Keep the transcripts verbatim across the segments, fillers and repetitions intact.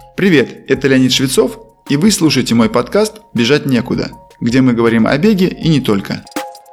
Привет, это Леонид Швецов, и вы слушаете мой подкаст «Бежать некуда», где мы говорим о беге и не только.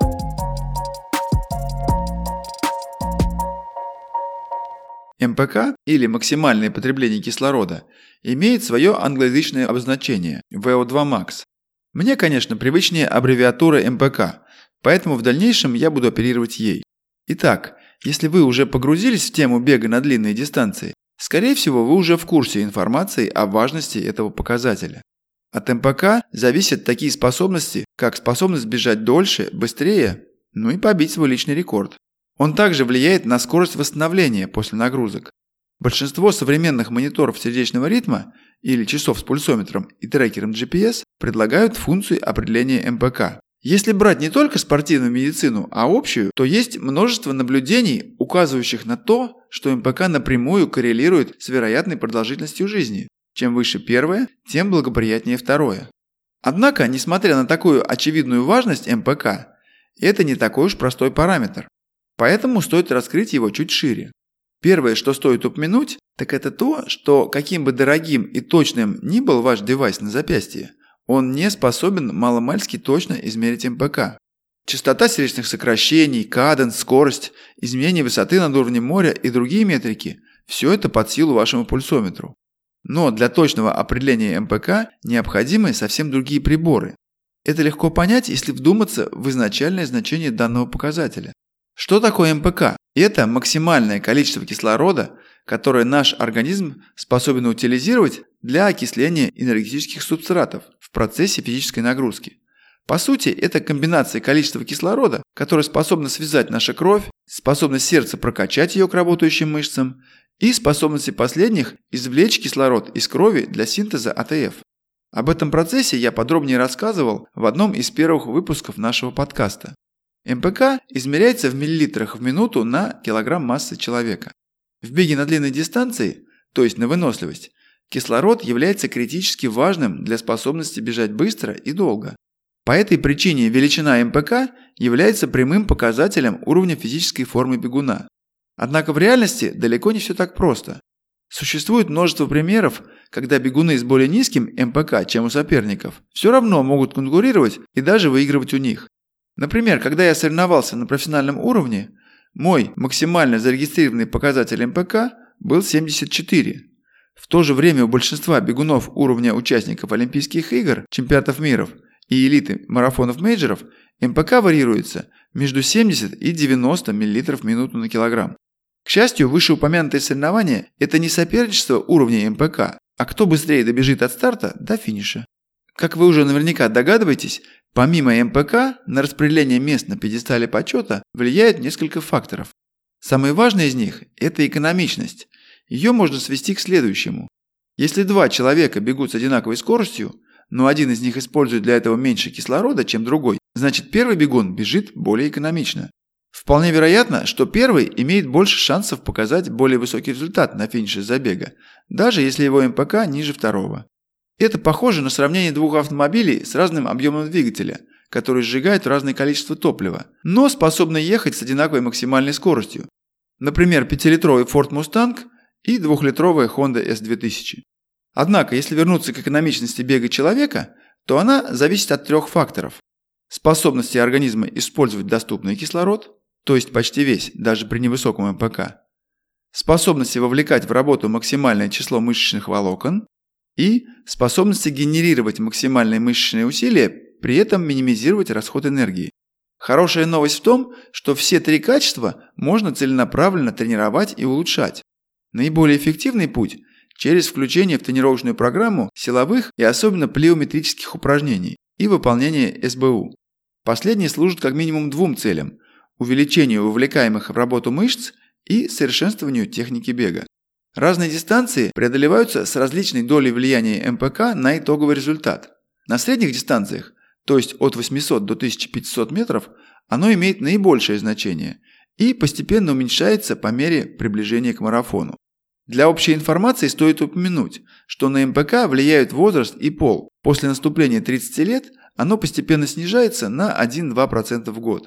эм пэ ка, или максимальное потребление кислорода, имеет свое англоязычное обозначение – ви о два макс. Мне, конечно, привычнее аббревиатура эм пэ ка, поэтому в дальнейшем я буду оперировать ей. Итак, если вы уже погрузились в тему бега на длинные дистанции, скорее всего, вы уже в курсе информации о важности этого показателя. От эм пэ ка зависят такие способности, как способность бежать дольше, быстрее, ну и побить свой личный рекорд. Он также влияет на скорость восстановления после нагрузок. Большинство современных мониторов сердечного ритма или часов с пульсометром и трекером джи пи эс предлагают функцию определения эм пэ ка. Если брать не только спортивную медицину, а общую, то есть множество наблюдений, указывающих на то, что эм пэ ка напрямую коррелирует с вероятной продолжительностью жизни. Чем выше первое, тем благоприятнее второе. Однако, несмотря на такую очевидную важность эм пэ ка, это не такой уж простой параметр. Поэтому стоит раскрыть его чуть шире. Первое, что стоит упомянуть, так это то, что каким бы дорогим и точным ни был ваш девайс на запястье, он не способен маломальски точно измерить эм пэ ка. Частота сердечных сокращений, каденс, скорость, изменение высоты над уровнем моря и другие метрики – все это под силу вашему пульсометру. Но для точного определения эм пэ ка необходимы совсем другие приборы. Это легко понять, если вдуматься в изначальное значение данного показателя. Что такое эм пэ ка? Это максимальное количество кислорода, которое наш организм способен утилизировать для окисления энергетических субстратов в процессе физической нагрузки. По сути, это комбинация количества кислорода, которое способно связать нашу кровь, способность сердца прокачать ее к работающим мышцам и способности последних извлечь кислород из крови для синтеза а тэ эф. Об этом процессе я подробнее рассказывал в одном из первых выпусков нашего подкаста. эм пэ ка измеряется в миллилитрах в минуту на килограмм массы человека. В беге на длинной дистанции, то есть на выносливость, кислород является критически важным для способности бежать быстро и долго. По этой причине величина эм пэ ка является прямым показателем уровня физической формы бегуна. Однако в реальности далеко не все так просто. Существует множество примеров, когда бегуны с более низким эм пэ ка, чем у соперников, все равно могут конкурировать и даже выигрывать у них. Например, когда я соревновался на профессиональном уровне, мой максимально зарегистрированный показатель эм пэ ка был семьдесят четыре. В то же время у большинства бегунов уровня участников Олимпийских игр, чемпионатов мира и элиты марафонов-мейджеров эм пэ ка варьируется между семьдесят и девяносто миллилитров в минуту на килограмм. К счастью, вышеупомянутые соревнования – это не соперничество уровня эм пэ ка, а кто быстрее добежит от старта до финиша. Как вы уже наверняка догадываетесь, помимо эм пэ ка на распределение мест на пьедестале почета влияет несколько факторов. Самый важный из них – это экономичность. Ее можно свести к следующему. Если два человека бегут с одинаковой скоростью, но один из них использует для этого меньше кислорода, чем другой, значит первый бегун бежит более экономично. Вполне вероятно, что первый имеет больше шансов показать более высокий результат на финише забега, даже если его эм пэ ка ниже второго. Это похоже на сравнение двух автомобилей с разным объемом двигателя, которые сжигают разное количество топлива, но способны ехать с одинаковой максимальной скоростью. Например, пятилитровый Ford Mustang и двухлитровая Honda эс две тысячи. Однако, если вернуться к экономичности бега человека, то она зависит от трех факторов. Способности организма использовать доступный кислород, то есть почти весь, даже при невысоком эм пэ ка. Способности вовлекать в работу максимальное число мышечных волокон. И способности генерировать максимальные мышечные усилия, при этом минимизировать расход энергии. Хорошая новость в том, что все три качества можно целенаправленно тренировать и улучшать. Наиболее эффективный путь – через включение в тренировочную программу силовых и особенно плиометрических упражнений и выполнение эс бэ у. Последние служат как минимум двум целям – увеличению вовлекаемых в работу мышц и совершенствованию техники бега. Разные дистанции преодолеваются с различной долей влияния эм пэ ка на итоговый результат. На средних дистанциях, то есть от восьмисот до тысячи пятисот метров, оно имеет наибольшее значение и постепенно уменьшается по мере приближения к марафону. Для общей информации стоит упомянуть, что на эм пэ ка влияют возраст и пол. После наступления тридцати лет оно постепенно снижается на один-два процента в год.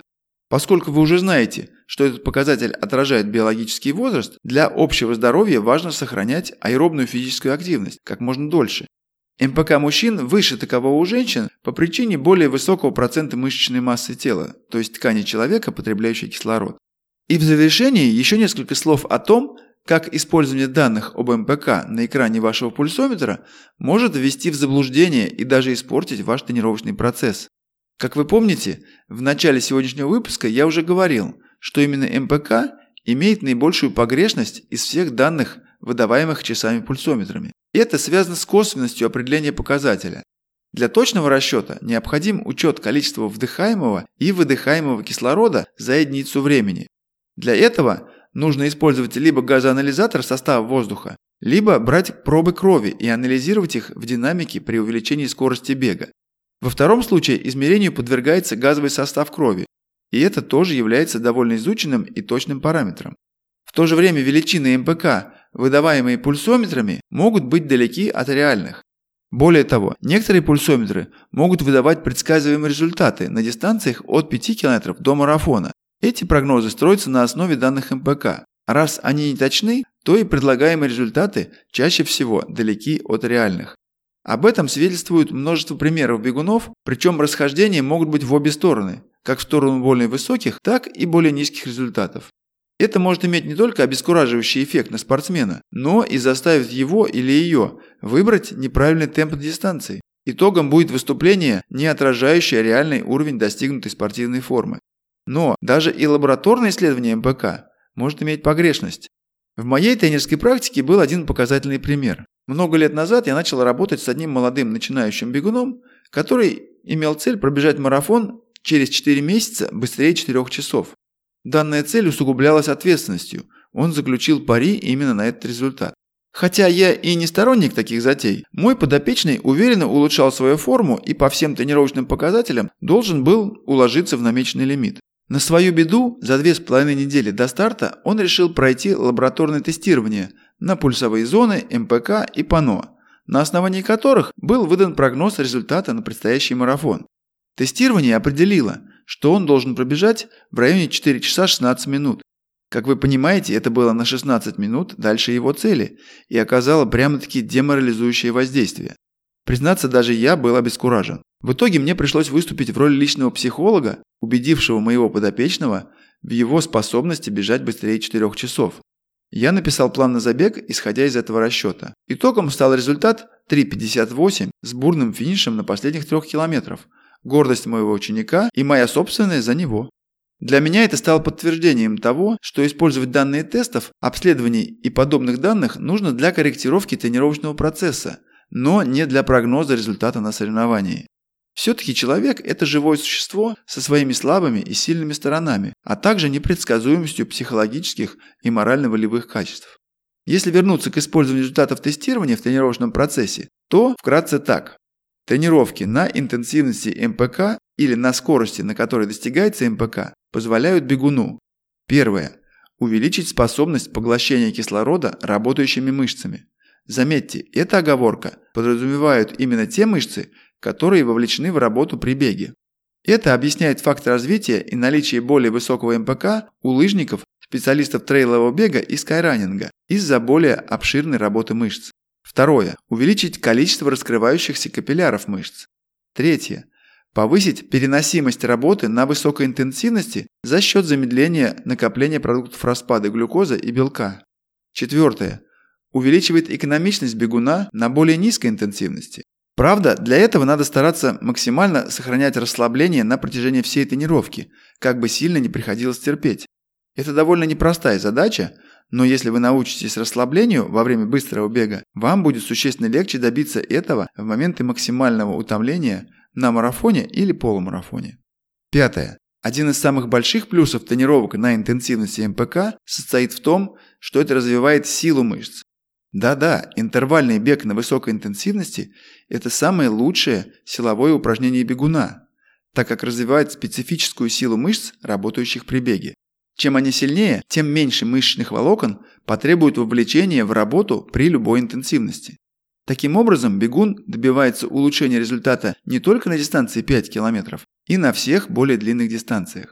Поскольку вы уже знаете, что этот показатель отражает биологический возраст, для общего здоровья важно сохранять аэробную физическую активность как можно дольше. эм пэ ка мужчин выше такового у женщин по причине более высокого процента мышечной массы тела, то есть ткани человека, потребляющей кислород. И в завершении еще несколько слов о том, как использование данных об эм пэ ка на экране вашего пульсометра может ввести в заблуждение и даже испортить ваш тренировочный процесс. Как вы помните, в начале сегодняшнего выпуска я уже говорил, что именно эм пэ ка имеет наибольшую погрешность из всех данных, выдаваемых часами-пульсометрами. И это связано с косвенностью определения показателя. Для точного расчета необходим учет количества вдыхаемого и выдыхаемого кислорода за единицу времени. Для этого нужно использовать либо газоанализатор состава воздуха, либо брать пробы крови и анализировать их в динамике при увеличении скорости бега. Во втором случае измерению подвергается газовый состав крови, и это тоже является довольно изученным и точным параметром. В то же время величины эм пэ ка, выдаваемые пульсометрами, могут быть далеки от реальных. Более того, некоторые пульсометры могут выдавать предсказуемые результаты на дистанциях от пяти километров до марафона. Эти прогнозы строятся на основе данных эм пэ ка. Раз они не точны, то и предлагаемые результаты чаще всего далеки от реальных. Об этом свидетельствует множество примеров бегунов, причем расхождения могут быть в обе стороны, как в сторону более высоких, так и более низких результатов. Это может иметь не только обескураживающий эффект на спортсмена, но и заставит его или ее выбрать неправильный темп дистанции. Итогом будет выступление, не отражающее реальный уровень достигнутой спортивной формы. Но даже и лабораторное исследование эм пэ ка может иметь погрешность. В моей тренерской практике был один показательный пример. Много лет назад я начал работать с одним молодым начинающим бегуном, который имел цель пробежать марафон через четыре месяца быстрее четырёх часов. Данная цель усугублялась ответственностью, он заключил пари именно на этот результат. Хотя я и не сторонник таких затей, мой подопечный уверенно улучшал свою форму и по всем тренировочным показателям должен был уложиться в намеченный лимит. На свою беду, за две с половиной недели до старта он решил пройти лабораторное тестирование на пульсовые зоны, эм пэ ка и пано, на основании которых был выдан прогноз результата на предстоящий марафон. Тестирование определило, что он должен пробежать в районе четыре часа шестнадцать минут. Как вы понимаете, это было на шестнадцать минут дальше его цели и оказало прямо-таки деморализующее воздействие. Признаться, даже я был обескуражен. В итоге мне пришлось выступить в роли личного психолога, убедившего моего подопечного в его способности бежать быстрее четырёх часов. Я написал план на забег, исходя из этого расчета. Итогом стал результат три пятьдесят восемь с бурным финишем на последних трех километрах. Гордость моего ученика и моя собственная за него. Для меня это стало подтверждением того, что использовать данные тестов, обследований и подобных данных нужно для корректировки тренировочного процесса, но не для прогноза результата на соревновании. Все-таки человек – это живое существо со своими слабыми и сильными сторонами, а также непредсказуемостью психологических и морально-волевых качеств. Если вернуться к использованию результатов тестирования в тренировочном процессе, то вкратце так. Тренировки на интенсивности эм пэ ка или на скорости, на которой достигается эм пэ ка, позволяют бегуну: первое. Увеличить способность поглощения кислорода работающими мышцами. Заметьте, эта оговорка подразумевает именно те мышцы, которые вовлечены в работу при беге. Это объясняет факт развития и наличия более высокого эм пэ ка у лыжников, специалистов трейлового бега и скайранинга из-за более обширной работы мышц. Второе. Увеличить количество раскрывающихся капилляров мышц. Третье. Повысить переносимость работы на высокой интенсивности за счет замедления накопления продуктов распада глюкозы и белка. Четвертое. Увеличивает экономичность бегуна на более низкой интенсивности. Правда, для этого надо стараться максимально сохранять расслабление на протяжении всей тренировки, как бы сильно не приходилось терпеть. Это довольно непростая задача, но если вы научитесь расслаблению во время быстрого бега, вам будет существенно легче добиться этого в моменты максимального утомления на марафоне или полумарафоне. Пятое. Один из самых больших плюсов тренировок на интенсивности эм пэ ка состоит в том, что это развивает силу мышц. Да-да, интервальный бег на высокой интенсивности – это самое лучшее силовое упражнение бегуна, так как развивает специфическую силу мышц, работающих при беге. Чем они сильнее, тем меньше мышечных волокон потребует вовлечения в работу при любой интенсивности. Таким образом, бегун добивается улучшения результата не только на дистанции пять километров, и на всех более длинных дистанциях.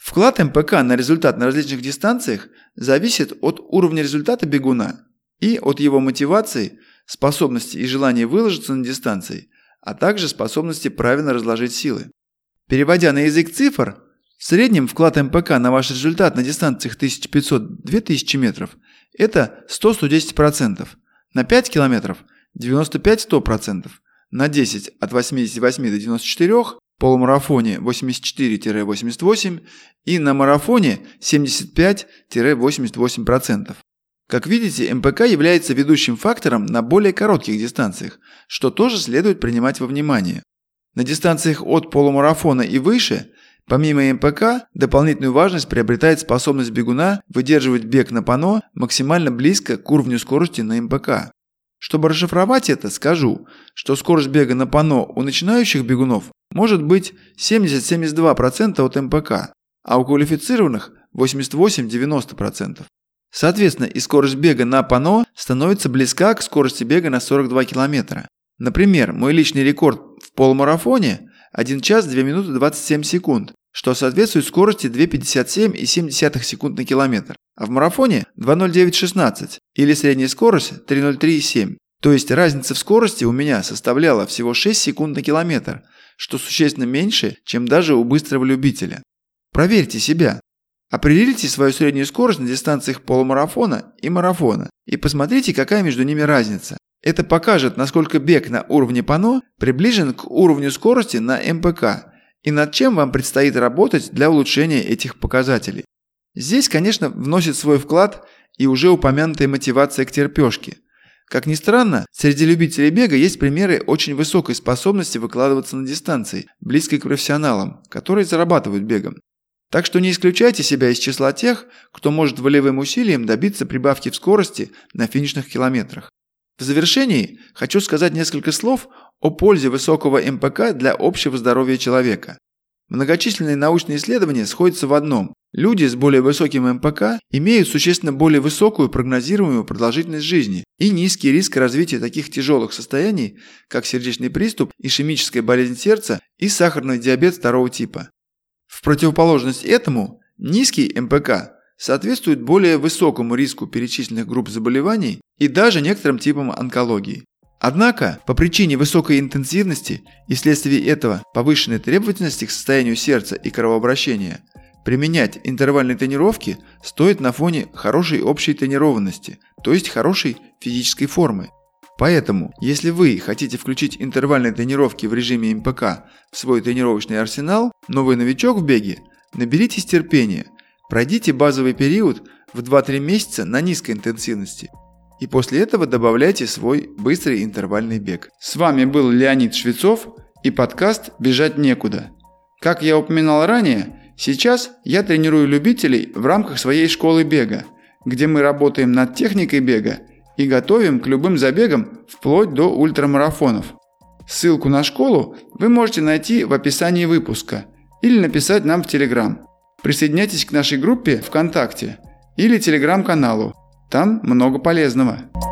Вклад эм пэ ка на результат на различных дистанциях зависит от уровня результата бегуна и от его мотивации, способности и желания выложиться на дистанции, а также способности правильно разложить силы. Переводя на язык цифр, в среднем вклад эм пэ ка на ваш результат на дистанциях тысяча пятьсот - две тысячи метров – это сто - сто десять процентов, на пять километров – девяносто пять - сто процентов, на десять – от восьмидесяти восьми до девяноста четырёх, полумарафоне восемьдесят четыре - восемьдесят восемь и на марафоне семьдесят пять - восемьдесят восемь процентов. Как видите, эм пэ ка является ведущим фактором на более коротких дистанциях, что тоже следует принимать во внимание. На дистанциях от полумарафона и выше, помимо эм пэ ка, дополнительную важность приобретает способность бегуна выдерживать бег на пано максимально близко к уровню скорости на эм пэ ка. Чтобы расшифровать это, скажу, что скорость бега на пано у начинающих бегунов может быть семьдесят - семьдесят два процента от эм пэ ка, а у квалифицированных восемьдесят восемь - девяносто процентов. Соответственно, и скорость бега на пано становится близка к скорости бега на сорок два километра. Например, мой личный рекорд в полумарафоне – один час две минуты двадцать семь секунд, что соответствует скорости две пятьдесят семь и семь десятых секунд на километр, а в марафоне два ноль девять шестнадцать или средняя скорость три ноль три семь. То есть разница в скорости у меня составляла всего шесть секунд на километр, что существенно меньше, чем даже у быстрого любителя. Проверьте себя. Определите свою среднюю скорость на дистанциях полумарафона и марафона и посмотрите, какая между ними разница. Это покажет, насколько бег на уровне пано приближен к уровню скорости на эм пэ ка и над чем вам предстоит работать для улучшения этих показателей. Здесь, конечно, вносит свой вклад и уже упомянутая мотивация к терпешке. Как ни странно, среди любителей бега есть примеры очень высокой способности выкладываться на дистанции, близкой к профессионалам, которые зарабатывают бегом. Так что не исключайте себя из числа тех, кто может волевым усилием добиться прибавки в скорости на финишных километрах. В завершении хочу сказать несколько слов о пользе высокого эм пэ ка для общего здоровья человека. Многочисленные научные исследования сходятся в одном. Люди с более высоким эм пэ ка имеют существенно более высокую прогнозируемую продолжительность жизни и низкий риск развития таких тяжелых состояний, как сердечный приступ, ишемическая болезнь сердца и сахарный диабет второго типа. В противоположность этому, низкий эм пэ ка соответствует более высокому риску перечисленных групп заболеваний и даже некоторым типам онкологии. Однако, по причине высокой интенсивности и вследствие этого повышенной требовательности к состоянию сердца и кровообращения, применять интервальные тренировки стоит на фоне хорошей общей тренированности, то есть хорошей физической формы. Поэтому, если вы хотите включить интервальные тренировки в режиме эм пэ ка в свой тренировочный арсенал, но вы новичок в беге, наберитесь терпения, пройдите базовый период в два-три месяца на низкой интенсивности и после этого добавляйте свой быстрый интервальный бег. С вами был Леонид Швецов и подкаст «Бежать некуда». Как я упоминал ранее, сейчас я тренирую любителей в рамках своей школы бега, где мы работаем над техникой бега и готовим к любым забегам вплоть до ультрамарафонов. Ссылку на школу вы можете найти в описании выпуска или написать нам в Telegram. Присоединяйтесь к нашей группе ВКонтакте или Telegram-каналу. Там много полезного.